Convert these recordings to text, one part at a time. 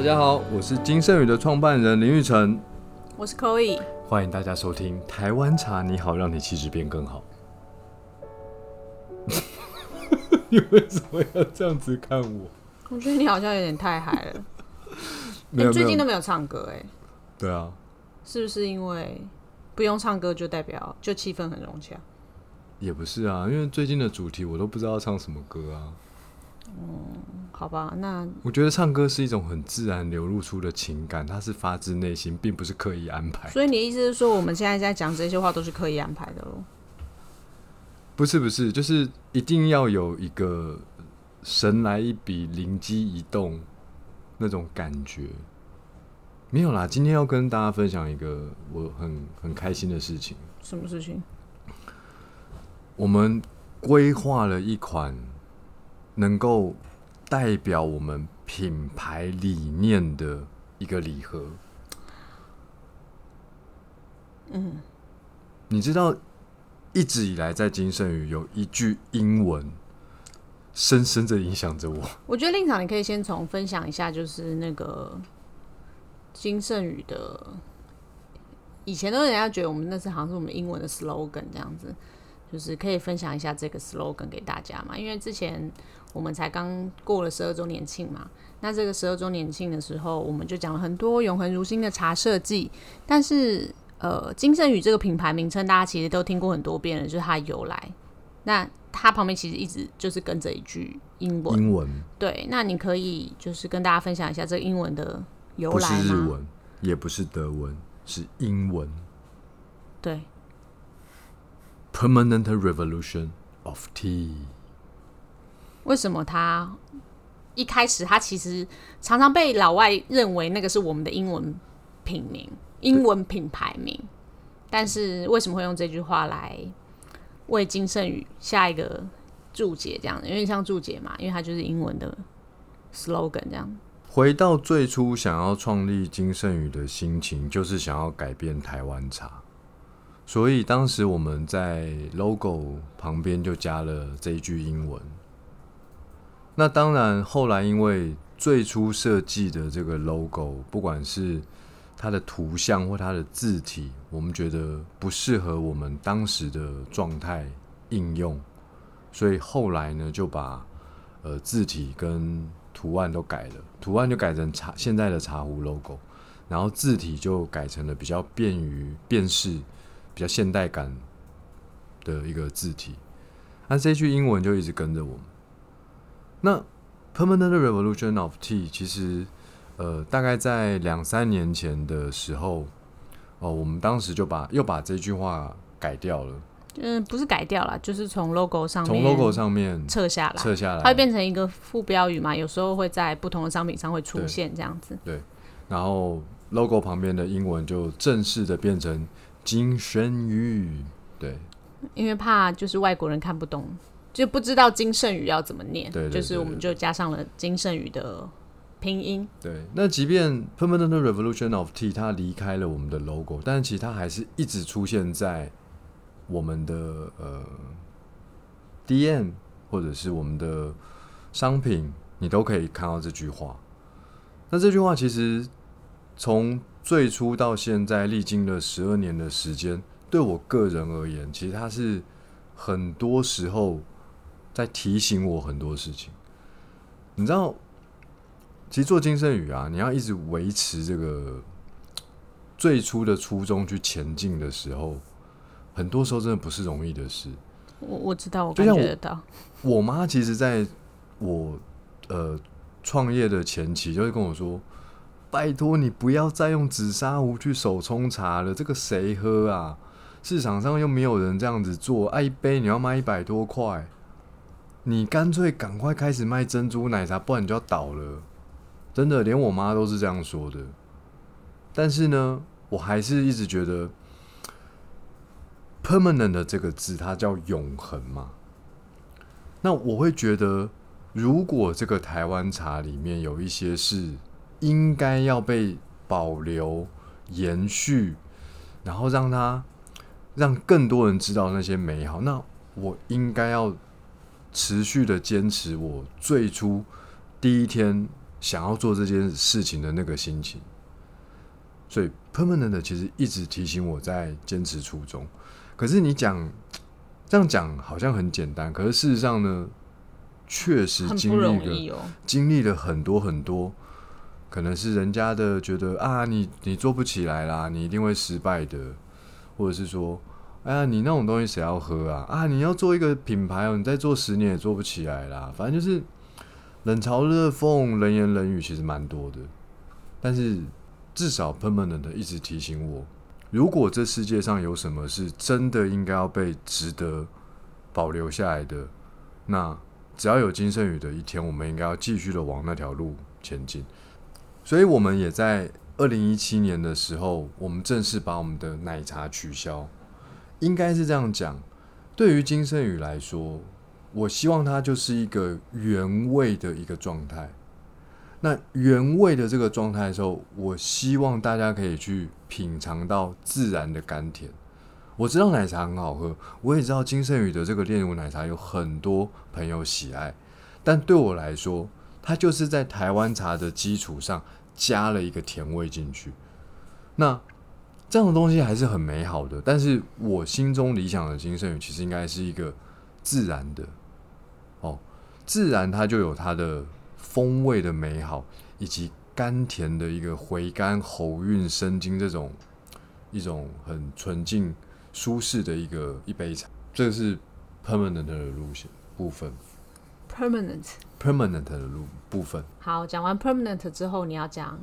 家好，我是金盛宇的创办人林玉成， 我是 Chloe， 欢迎大家收听台湾茶你好，让你气质变更好。你为什么要这样子看我？ 我觉得你好像有点太嗨了。 没有最近都没有唱歌哎。 对啊， 是不是因为不用唱歌就代表就气氛很融洽？ 也不是啊，因为最近的主题我都不知道要唱什么歌啊。 好吧，那我觉得唱歌是一种很自然流露出的情感，它是发自内心，并不是刻意安排。 所以你的意思是说，我们现在在讲这些话都是刻意安排的咯？ 不是，就是一定要有一个神来一笔，灵机一动那种感觉。没有啦，今天要跟大家分享一个我很开心的事情。 什么事情？ 我们规划了一款能够代表我们品牌理念的一个礼盒。你知道一直以来在金盛宇有一句英文深深的影响着我。 我觉得令场你可以先从分享一下，就是那个金盛宇的，以前都人家觉得我们那是好像是我们英文的 slogan 这样子，就是可以分享一下这个 slogan 给大家嘛？因为之前我们才刚过了12周年庆嘛，那这个12周年庆的时候，我们就讲了很多永恒如新的茶设计，但是金盛宇这个品牌名称大家其实都听过很多遍了，就是它的由来。那它旁边其实一直就是跟着一句英文。对，那你可以就是跟大家分享一下这个英文的由来吗？ 不是日文，也不是德文，是英文。 对。 Permanent Revolution of Tea。 为什么它一开始它其实常常被老外认为那个是我们的英文品名、英文品牌名，但是为什么会用这句话来为金盛宇下一个注解？这样有点像注解嘛，因为它就是英文的 slogan 这样。 回到最初想要创立金盛宇的心情，就是想要改变台湾茶，所以当时我们在 logo 旁边就加了这一句英文。那当然后来因为最初设计的这个 logo， 不管是它的图像或它的字体，我们觉得不适合我们当时的状态应用，所以后来呢就把字体跟图案都改了，图案就改成现在的茶壶 logo， 然后字体就改成了比较便于辨识、比较现代感的一个字体。那这句英文就一直跟着我们。那 Permanent Revolution of Tea 其实大概在2-3年前的时候，我们当时就又把这句话改掉了。 不是改掉啦，就是从 logo 上面撤下来，它会变成一个副标语嘛，有时候会在不同的商品上会出现这样子。 对，然后 logo 旁边的英文就正式的变成金盛宇。对， 因为怕就是外国人看不懂，就不知道金盛宇要怎么念， 对， 就是我们就加上了金盛宇的拼音。 对，那即便 Permanent Revolution of Tea 它离开了我们的 logo， 但是其实它还是一直出现在我们的DM 或者是我们的商品，你都可以看到这句话。那这句话其实从最初到现在历经了12年的时间，对我个人而言，其实它是很多时候在提醒我很多事情。你知道，其实做金盛宇啊，你要一直维持这个最初的初衷去前进的时候，很多时候真的不是容易的事。 我知道，我感觉得到。 我妈其实在我创业的前期就会跟我说，拜托你不要再用紫砂壶去手冲茶了，这个谁喝啊？市场上又没有人这样子做，一杯你要卖100多块，你干脆赶快开始卖珍珠奶茶，不然你就要倒了。真的，连我妈都是这样说的。但是呢，我还是一直觉得 permanent 的这个字它叫永恒嘛。那我会觉得，如果这个台湾茶里面有一些是应该要被保留、延续，然后让更多人知道那些美好，那我应该要持续的坚持我最初第一天想要做这件事情的那个心情。所以 permanent 其实一直提醒我在坚持初衷。可是你这样讲好像很简单，可是事实上呢，确实经历了很多很多，可能是人家的觉得啊，你做不起来啦，你一定会失败的，或者是说，哎呀，你那种东西谁要喝啊？啊，你要做一个品牌你再做10年也做不起来啦。反正就是冷嘲热讽、冷言冷语，其实蛮多的。但是至少 permanent 一直提醒我，如果这世界上有什么是真的应该要被值得保留下来的，那只要有金圣宇的一天，我们应该要继续的往那条路前进。所以我们也在2017年的时候，我们正式把我们的奶茶取消。应该是这样讲，对于金圣宇来说，我希望它就是一个原味的一个状态。那原味的这个状态的时候，我希望大家可以去品尝到自然的甘甜。我知道奶茶很好喝，我也知道金圣宇的这个炼乳奶茶有很多朋友喜爱，但对我来说，它就是在台湾茶的基础上加了一个甜味进去。那这样的东西还是很美好的，但是我心中理想的金圣宇其实应该是一个自然的自然它就有它的风味的美好，以及甘甜的一个回甘、喉韵、生津这种一种很纯净、舒适的一杯茶。这是 permanent 的部分。permanent 的部分。 好，讲完 permanent 之后，你要讲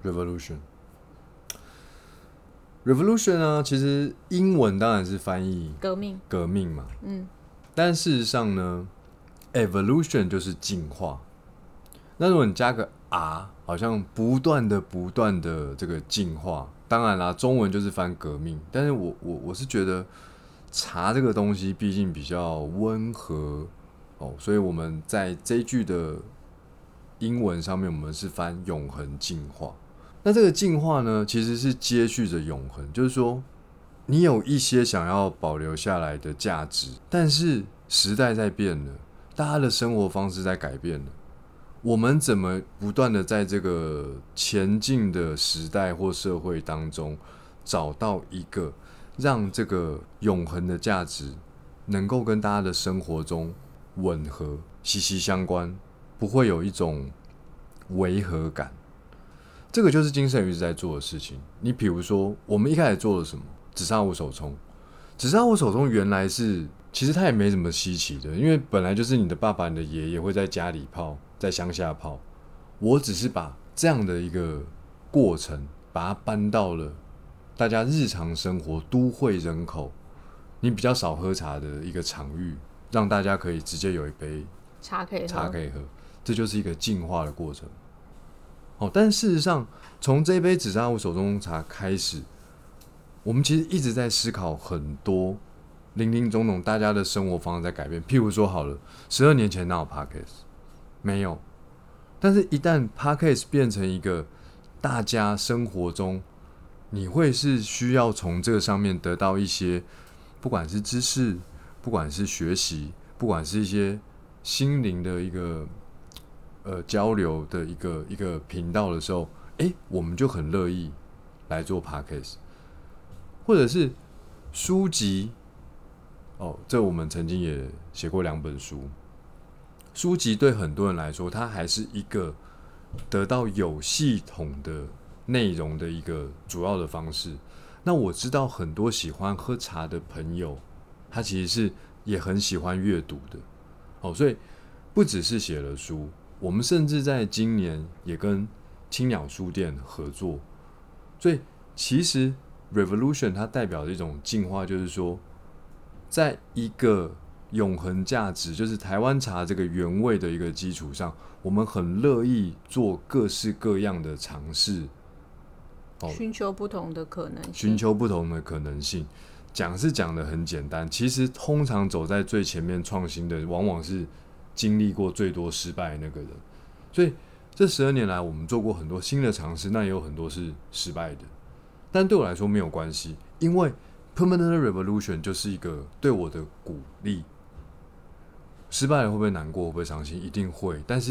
revolution 呢，其实英文当然是翻译革命嘛，但事实上呢 evolution 就是进化。那如果你加个 R， 好像不断的这个进化。当然啦，中文就是翻革命，但是我是觉得茶这个东西毕竟比较温和所以我们在这一句的英文上面，我们是翻永恒进化。那这个进化呢，其实是接续着永恒，就是说你有一些想要保留下来的价值，但是时代在变了，大家的生活方式在改变了，我们怎么不断的在这个前进的时代或社会当中，找到一个让这个永恒的价值能够跟大家的生活中吻合、息息相关，不会有一种违和感。这个就是金圣宇一直在做的事情。你比如说，我们一开始做了什么？紫砂壶手冲。紫砂壶手冲原来是，其实它也没什么稀奇的，因为本来就是你的爸爸、你的爷爷会在家里泡，在乡下泡。我只是把这样的一个过程，把它搬到了大家日常生活、都会人口，你比较少喝茶的一个场域，让大家可以直接有一杯茶可以喝。 这就是一个进化的过程。但事实上，从这杯紫砂壶手冲茶开始，我们其实一直在思考很多林林总总大家的生活方式在改变。譬如说好了，12年前哪有 Podcast？ 没有。但是一旦 Podcast 变成一个大家生活中，你会是需要从这个上面得到一些，不管是知识，不管是学习，不管是一些心灵的一个交流的一个频道的时候，我们就很乐意来做 Podcast， 或者是书籍。这我们曾经也写过2本书。书籍对很多人来说，它还是一个得到有系统的内容的一个主要的方式。那我知道很多喜欢喝茶的朋友，他其实是也很喜欢阅读的。所以不只是写了书，我们甚至在今年也跟青鸟书店合作。所以其实 Revolution 它代表的一种进化，就是说在一个永恒价值，就是台湾茶这个原味的一个基础上，我们很乐意做各式各样的尝试， 寻求不同的可能性。讲是讲得很简单，其实通常走在最前面创新的，往往是经历过最多失败的那个人。所以这12年来，我们做过很多新的尝试，那也有很多是失败的。但对我来说没有关系，因为 Permanent Revolution 就是一个对我的鼓励。失败了会不会难过，会不会伤心？一定会。但是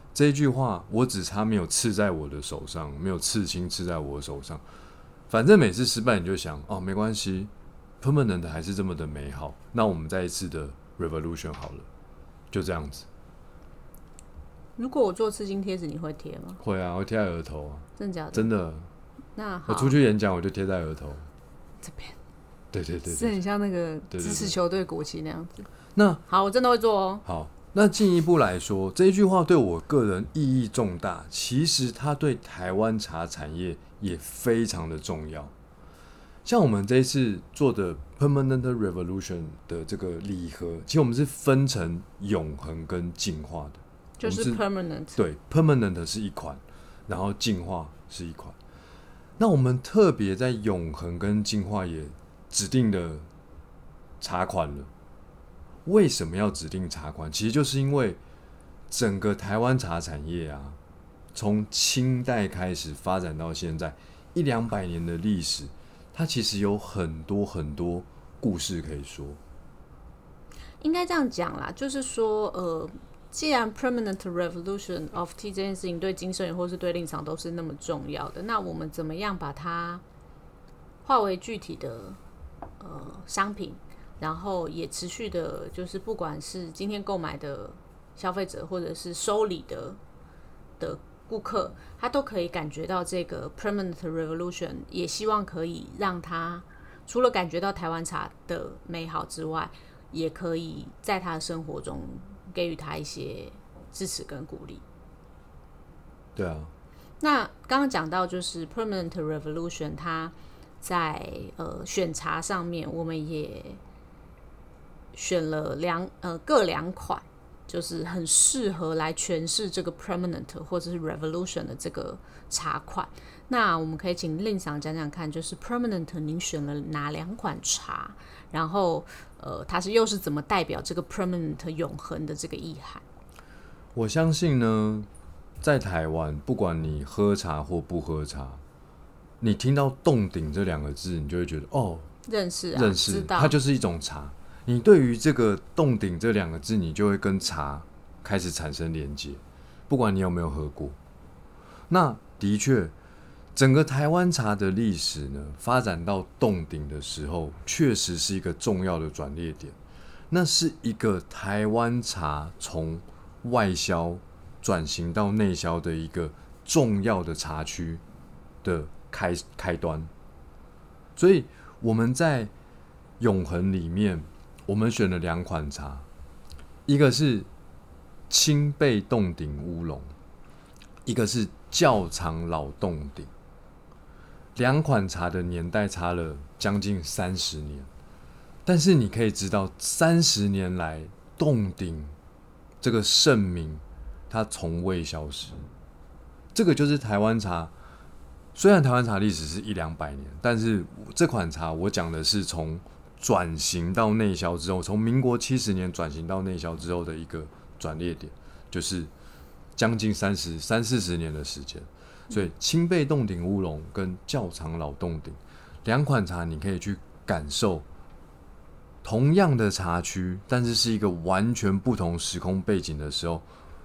这一句话我只差没有刺在我的手上，没有刺青刺在我的手上，反正每次失败你就想哦没关系 ，permanent 还是这么的美好，那我们再一次的 revolution 好了，就这样子。 如果我做刺青贴纸，你会贴吗？ 会啊，会贴在额头啊。 真的假的？ 真的。 那好， 我出去演讲我就贴在额头。 这边。 对对对， 是很像那个支持球队国旗那样子。 那好，我真的会做哦。 好，那进一步来说，这一句话对我个人意义重大，其实它对台湾茶产业也非常的重要。像我们这一次做的 Permanent Revolution 的这个礼盒，其实我们是分成永恒跟进化的。 就是 permanent。 对 ，permanent 是一款，然后进化是一款。那我们特别在永恒跟进化也指定的茶款了。为什么要指定茶款？其实就是因为整个台湾茶产业啊，从清代开始发展到现在100-200年的历史，它其实有很多很多故事可以说。 应该这样讲啦，就是说，既然 permanent revolution of tea 这件事情对金圣宇或是对令厂都是那么重要的，那我们怎么样把它化为具体的商品，然后也持续的，就是不管是今天购买的消费者，或者是收礼的顾客，他都可以感觉到这个 permanent revolution， 也希望可以让他除了感觉到台湾茶的美好之外，也可以在他的生活中给予他一些支持跟鼓励。 对啊。 那刚刚讲到就是 permanent revolution， 它在选茶上面，我们也选了各2款，就是很适合来诠释这个 permanent 或者是 revolution 的这个茶款。那我们可以请令长讲讲看，就是 permanent 您选了哪2款茶，然后它又是怎么代表这个 permanent 永恒的这个意涵？ 我相信呢，在台湾，不管你喝茶或不喝茶，你听到冻顶这2个字，你就会觉得哦， 认识，知道它就是一种茶。你对于这个冻顶这2个字，你就会跟茶开始产生连结，不管你有没有喝过。那的确，整个台湾茶的历史呢，发展到冻顶的时候，确实是一个重要的转捩点。那是一个台湾茶从外销转型到内销的一个重要的茶区的开端。所以我们在永恒里面，我们选了2款茶，一个是青贝冻顶乌龙，一个是窖藏老冻顶。2款茶的年代差了将近30年，但是你可以知道，30年来冻顶这个盛名，它从未消失。这个就是台湾茶。虽然台湾茶历史是100-200年，但是这款茶我讲的是从转型到内销之后，从民国70年转型到内销之后的一个转捩点，就是将近30-40年的时间。所以青贝冻顶乌龙跟窖藏老冻顶2款茶，你可以去感受同样的茶区，但是是一个完全不同时空背景的时候，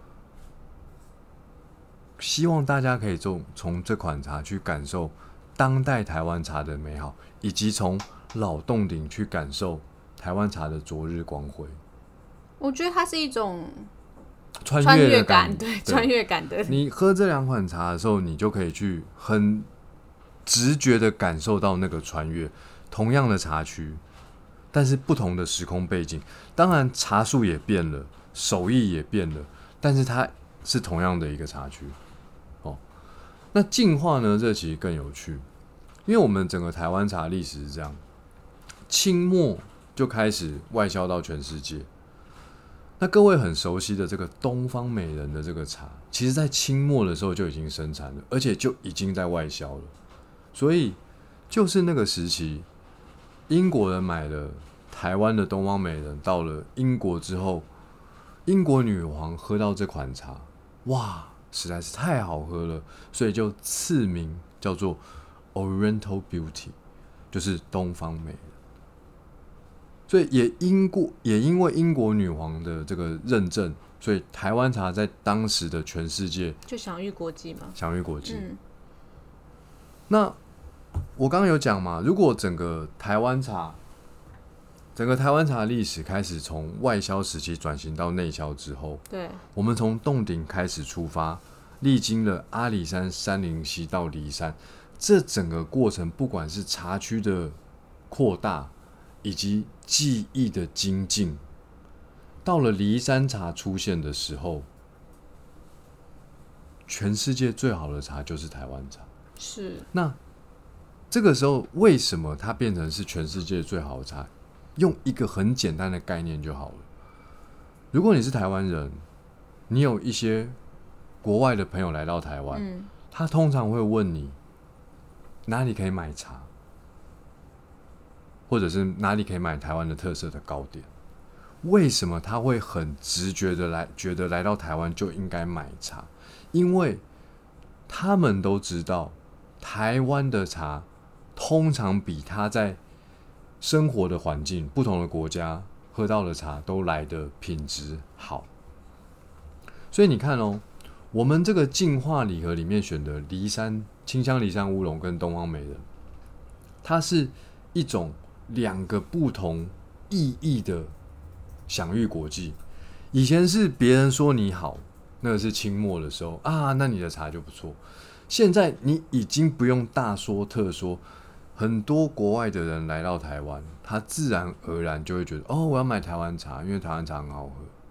希望大家可以从这款茶去感受当代台湾茶的美好，以及从老冻顶去感受台湾茶的昨日光辉。 我觉得它是一种穿越感， 对，穿越感的。 你喝这2款茶的时候，你就可以去很直觉的感受到那个穿越。同样的茶区，但是不同的时空背景，当然茶树也变了，手艺也变了，但是它是同样的一个茶区。那进化呢？这其实更有趣，因为我们整个台湾茶历史是这样，清末就开始外销到全世界。那各位很熟悉的这个东方美人的这个茶，其实在清末的时候就已经生产了，而且就已经在外销了。所以就是那个时期，英国人买了台湾的东方美人，到了英国之后，英国女皇喝到这款茶，哇，实在是太好喝了，所以就赐名叫做 Oriental Beauty， 就是东方美人。所以也因为英国女皇的这个认证， 所以台湾茶在当时的全世界就享誉国际嘛， 享誉国际。那我刚刚有讲嘛，如果整个台湾茶历史开始从外销时期转型到内销之后， 对， 我们从洞顶开始出发，历经了阿里山、杉林溪到梨山，这整个过程，不管是茶区的扩大，以及技艺的精进，到了梨山茶出现的时候，全世界最好的茶就是台湾茶。 是。 那这个时候，为什么它变成是全世界最好的茶？用一个很简单的概念就好了。如果你是台湾人，你有一些国外的朋友来到台湾，他通常会问你哪里可以买茶，或者是哪里可以买台湾的特色的糕点。为什么他会很直觉的觉得来到台湾就应该买茶？因为他们都知道台湾的茶通常比他在生活的环境不同的国家喝到的茶都来的品质好。所以你看哦，我们这个净化礼盒里面选的梨山清香梨山乌龙跟东方美人，它是一种两个不同意义的享誉国际。以前是别人说你好，那个是清末的时候啊，那你的茶就不错。现在你已经不用大说特说，很多国外的人来到台湾，他自然而然就会觉得哦，我要买台湾茶，因为台湾茶很好喝。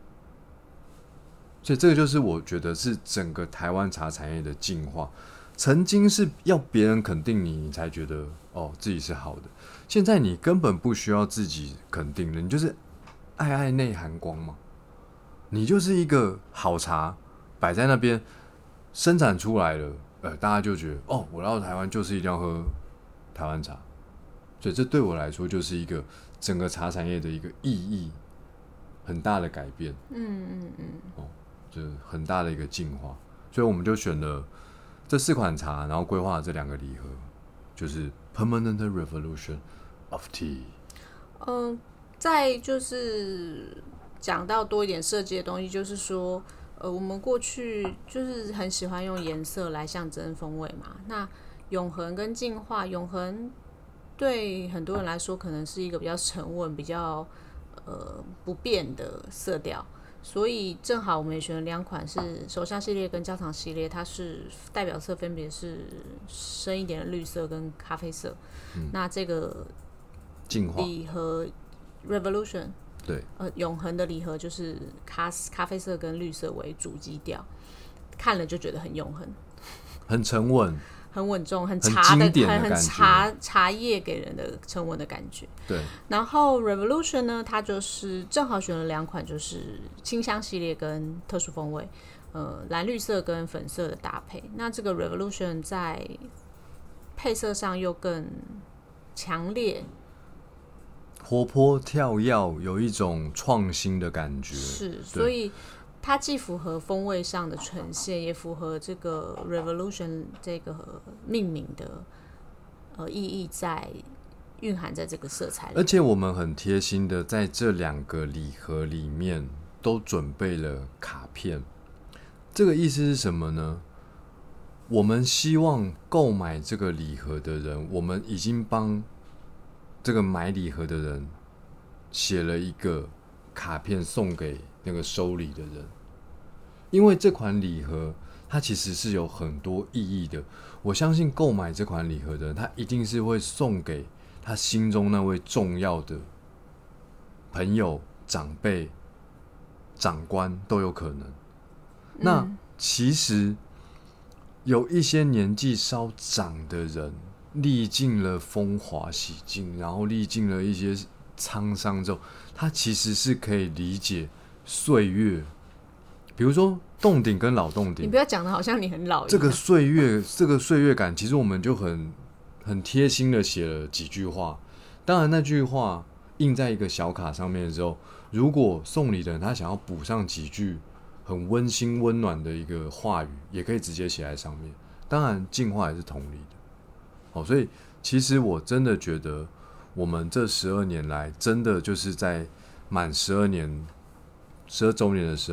所以这个就是我觉得是整个台湾茶产业的进化。曾经是要别人肯定你，你才觉得哦自己是好的。现在你根本不需要自己肯定了，你就是爱内含光嘛。你就是一个好茶摆在那边生产出来了，大家就觉得哦，我来到台湾就是一定要喝台湾茶。所以这对我来说就是一个整个茶产业的一个意义很大的改变。就是很大的一个进化。所以我们就选了这4款茶，然后规划了这2个礼盒，就是 Permanent Revolution of Tea。 再就是讲到多一点设计的东西，就是说，我们过去就是很喜欢用颜色来象征风味嘛。那永恒跟进化，永恒对很多人来说可能是一个比较沉稳、比较不变的色调。所以正好我们也选了2款是手香系列跟焦糖系列，它是代表色分别是深一点的绿色跟咖啡色。那这个礼盒 Revolution 对， 永恒的礼盒就是咖啡色跟绿色为主基调，看了就觉得很永恒， 很沉稳。 很稳重，很茶的很茶叶给人的沉稳的感觉。 对。 然后 Revolution 呢，它就是正好选了2款，就是清香系列跟特殊风味，蓝绿色跟粉色的搭配。那这个 Revolution 在配色上又更强烈、 活泼跳跃，有一种创新的感觉。 是，所以它既符合风味上的呈现，也符合这个 Revolution 这个命名的意义在蕴含在这个色彩里。 而且我们很贴心的在这2个礼盒里面都准备了卡片。这个意思是什么呢？我们希望购买这个礼盒的人，我们已经帮这个买礼盒的人写了一个卡片送给那个收礼的人。因为这款礼盒它其实是有很多意义的，我相信购买这款礼盒的人，他一定是会送给他心中那位重要的朋友、长辈、长官都有可能。那其实有一些年纪稍长的人，历尽了风华洗尽，然后历尽了一些沧桑之后，他其实是可以理解岁月。比如说洞顶跟老洞顶， 你不要讲的好像你很老一样。 这个岁月感，其实我们就很贴心的写了几句话。当然那句话印在一个小卡上面的时候，如果送礼的人他想要补上几句很温馨温暖的一个话语，也可以直接写在上面。当然进化也是同理的。所以其实我真的觉得我们这12年来，真的就是在满12周年的时候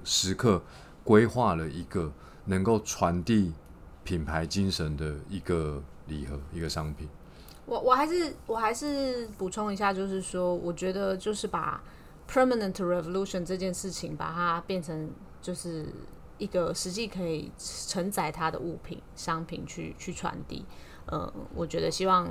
时刻规划了一个能够传递品牌精神的一个礼盒，一个商品。 我还是补充一下，就是说，我觉得就是把 permanent revolution 这件事情，把它变成就是一个实际可以承载它的物品、商品去传递。我觉得希望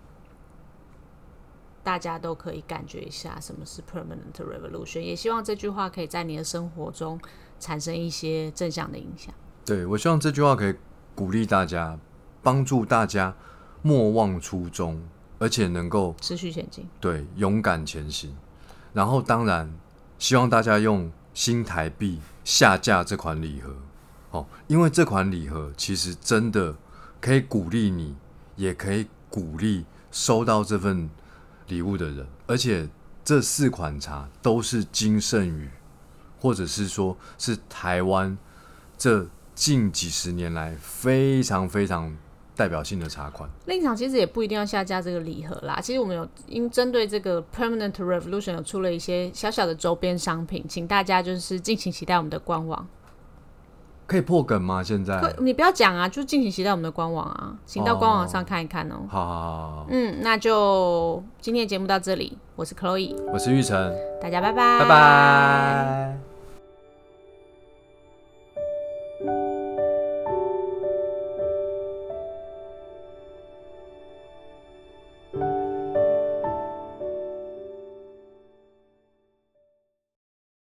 大家都可以感觉一下什么是 permanent revolution， 也希望这句话可以在你的生活中产生一些正向的影响。 对，我希望这句话可以鼓励大家，帮助大家莫忘初衷，而且能够持续前进， 对，勇敢前行。然后当然希望大家用新台币下架这款礼盒，因为这款礼盒其实真的可以鼓励你，也可以鼓励收到这份礼物的人。而且这4款茶都是金圣宇，或者是说是台湾这近几十年来非常非常代表性的茶款。 令场其实也不一定要下架这个礼盒啦，其实我们有因针对这个 permanent revolution 有出了一些小小的周边商品，请大家就是敬请期待我们的官网。 可以破梗吗？现在你不要讲啊，就敬请期待我们的官网啊，请到官网上看一看哦。 好， 那就今天的节目到这里，我是 Chloe， 我是玉成， 大家拜拜， 拜拜。